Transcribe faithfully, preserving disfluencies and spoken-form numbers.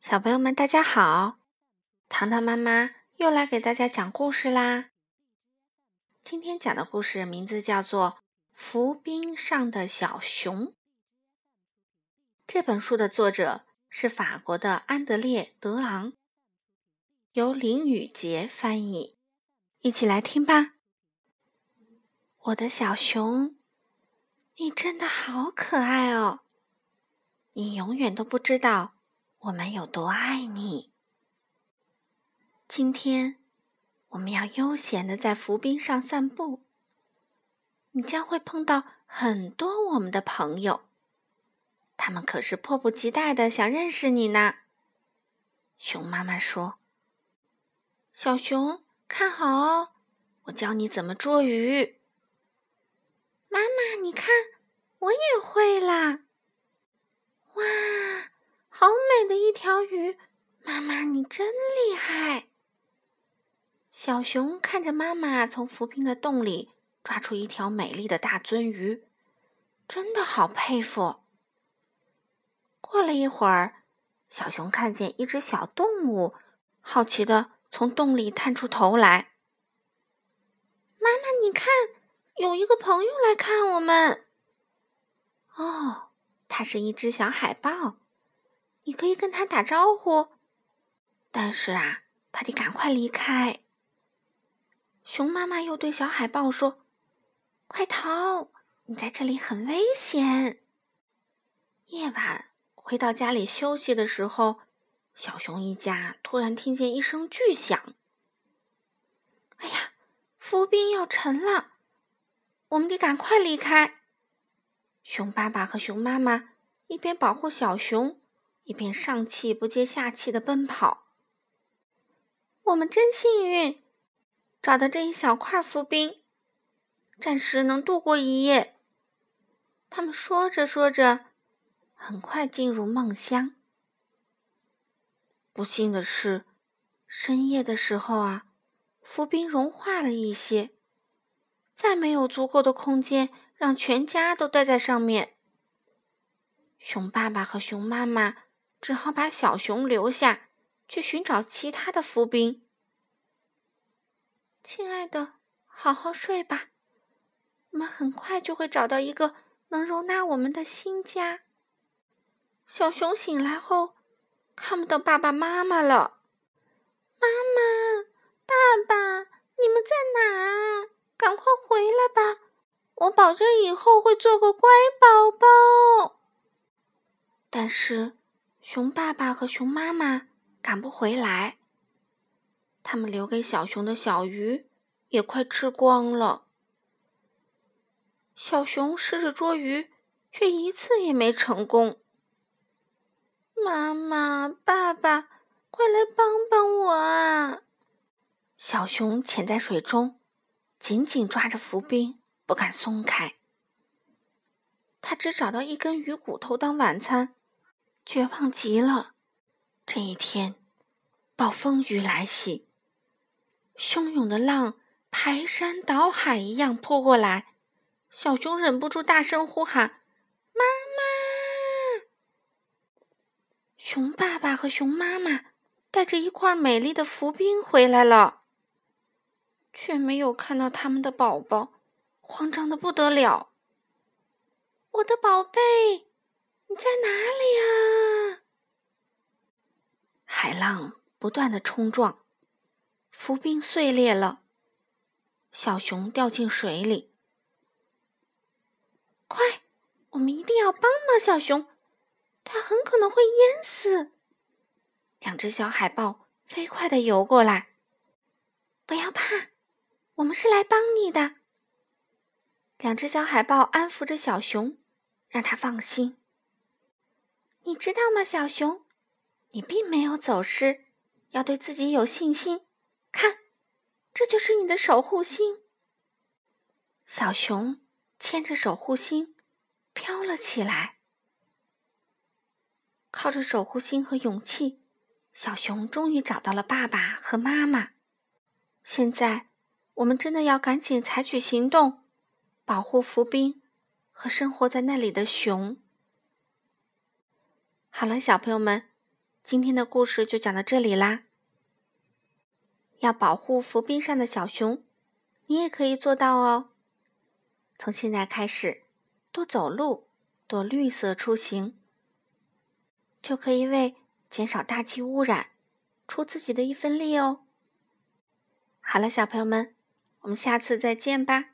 小朋友们大家好，糖糖妈妈又来给大家讲故事啦。今天讲的故事名字叫做《浮冰上的小熊》。这本书的作者是法国的安德烈·德昂，由林雨杰翻译。一起来听吧。我的小熊，你真的好可爱哦！你永远都不知道我们有多爱你。今天我们要悠闲地在浮冰上散步，你将会碰到很多我们的朋友，他们可是迫不及待地想认识你呢。熊妈妈说：小熊，看好哦，我教你怎么捉鱼。妈妈，你看，我也会啦。哇，好美的一条鱼，妈妈你真厉害。小熊看着妈妈从浮冰的洞里抓出一条美丽的大鳟鱼，真的好佩服。过了一会儿，小熊看见一只小动物，好奇地从洞里探出头来。妈妈，你看，有一个朋友来看我们。哦，它是一只小海豹，你可以跟它打招呼。但是啊，它得赶快离开。熊妈妈又对小海豹说：快逃，你在这里很危险。夜晚回到家里休息的时候，小熊一家突然听见一声巨响。哎呀，浮冰要沉了，我们得赶快离开。熊爸爸和熊妈妈一边保护小熊，一边上气不接下气地奔跑。我们真幸运，找到这一小块浮冰，暂时能度过一夜。他们说着说着，很快进入梦乡。不幸的是，深夜的时候啊，浮冰融化了一些，再没有足够的空间让全家都待在上面。熊爸爸和熊妈妈只好把小熊留下，去寻找其他的浮冰。亲爱的，好好睡吧，我们很快就会找到一个能容纳我们的新家。小熊醒来后，看不到爸爸妈妈了。妈妈，爸爸，你们在哪儿啊？赶快回来吧，我保证以后会做个乖宝宝。但是熊爸爸和熊妈妈赶不回来，他们留给小熊的小鱼也快吃光了。小熊试着捉鱼，却一次也没成功。妈妈，爸爸，快来帮帮我啊！小熊潜在水中，紧紧抓着浮冰，不敢松开。他只找到一根鱼骨头当晚餐，绝望极了。这一天，暴风雨来袭，汹涌的浪排山倒海一样扑过来，小熊忍不住大声呼喊：妈妈！熊爸爸和熊妈妈带着一块美丽的浮冰回来了，却没有看到他们的宝宝，慌张得不得了。我的宝贝，你在哪里啊？海浪不断地冲撞，浮冰碎裂了，小熊掉进水里。快，我们一定要帮帮小熊，它很可能会淹死。两只小海豹飞快地游过来。不要怕，我们是来帮你的。两只小海豹安抚着小熊，让它放心。你知道吗，小熊，你并没有走失，要对自己有信心。看，这就是你的守护星。小熊牵着守护星飘了起来。靠着守护星和勇气，小熊终于找到了爸爸和妈妈。现在，我们真的要赶紧采取行动，保护浮冰和生活在那里的熊。好了，小朋友们， 今天的故事就讲到这里啦。要保护浮冰上的小熊，你也可以做到哦。从现在开始，多走路，多绿色出行，就可以为减少大气污染出自己的一份力哦。好了，小朋友们，我们下次再见吧。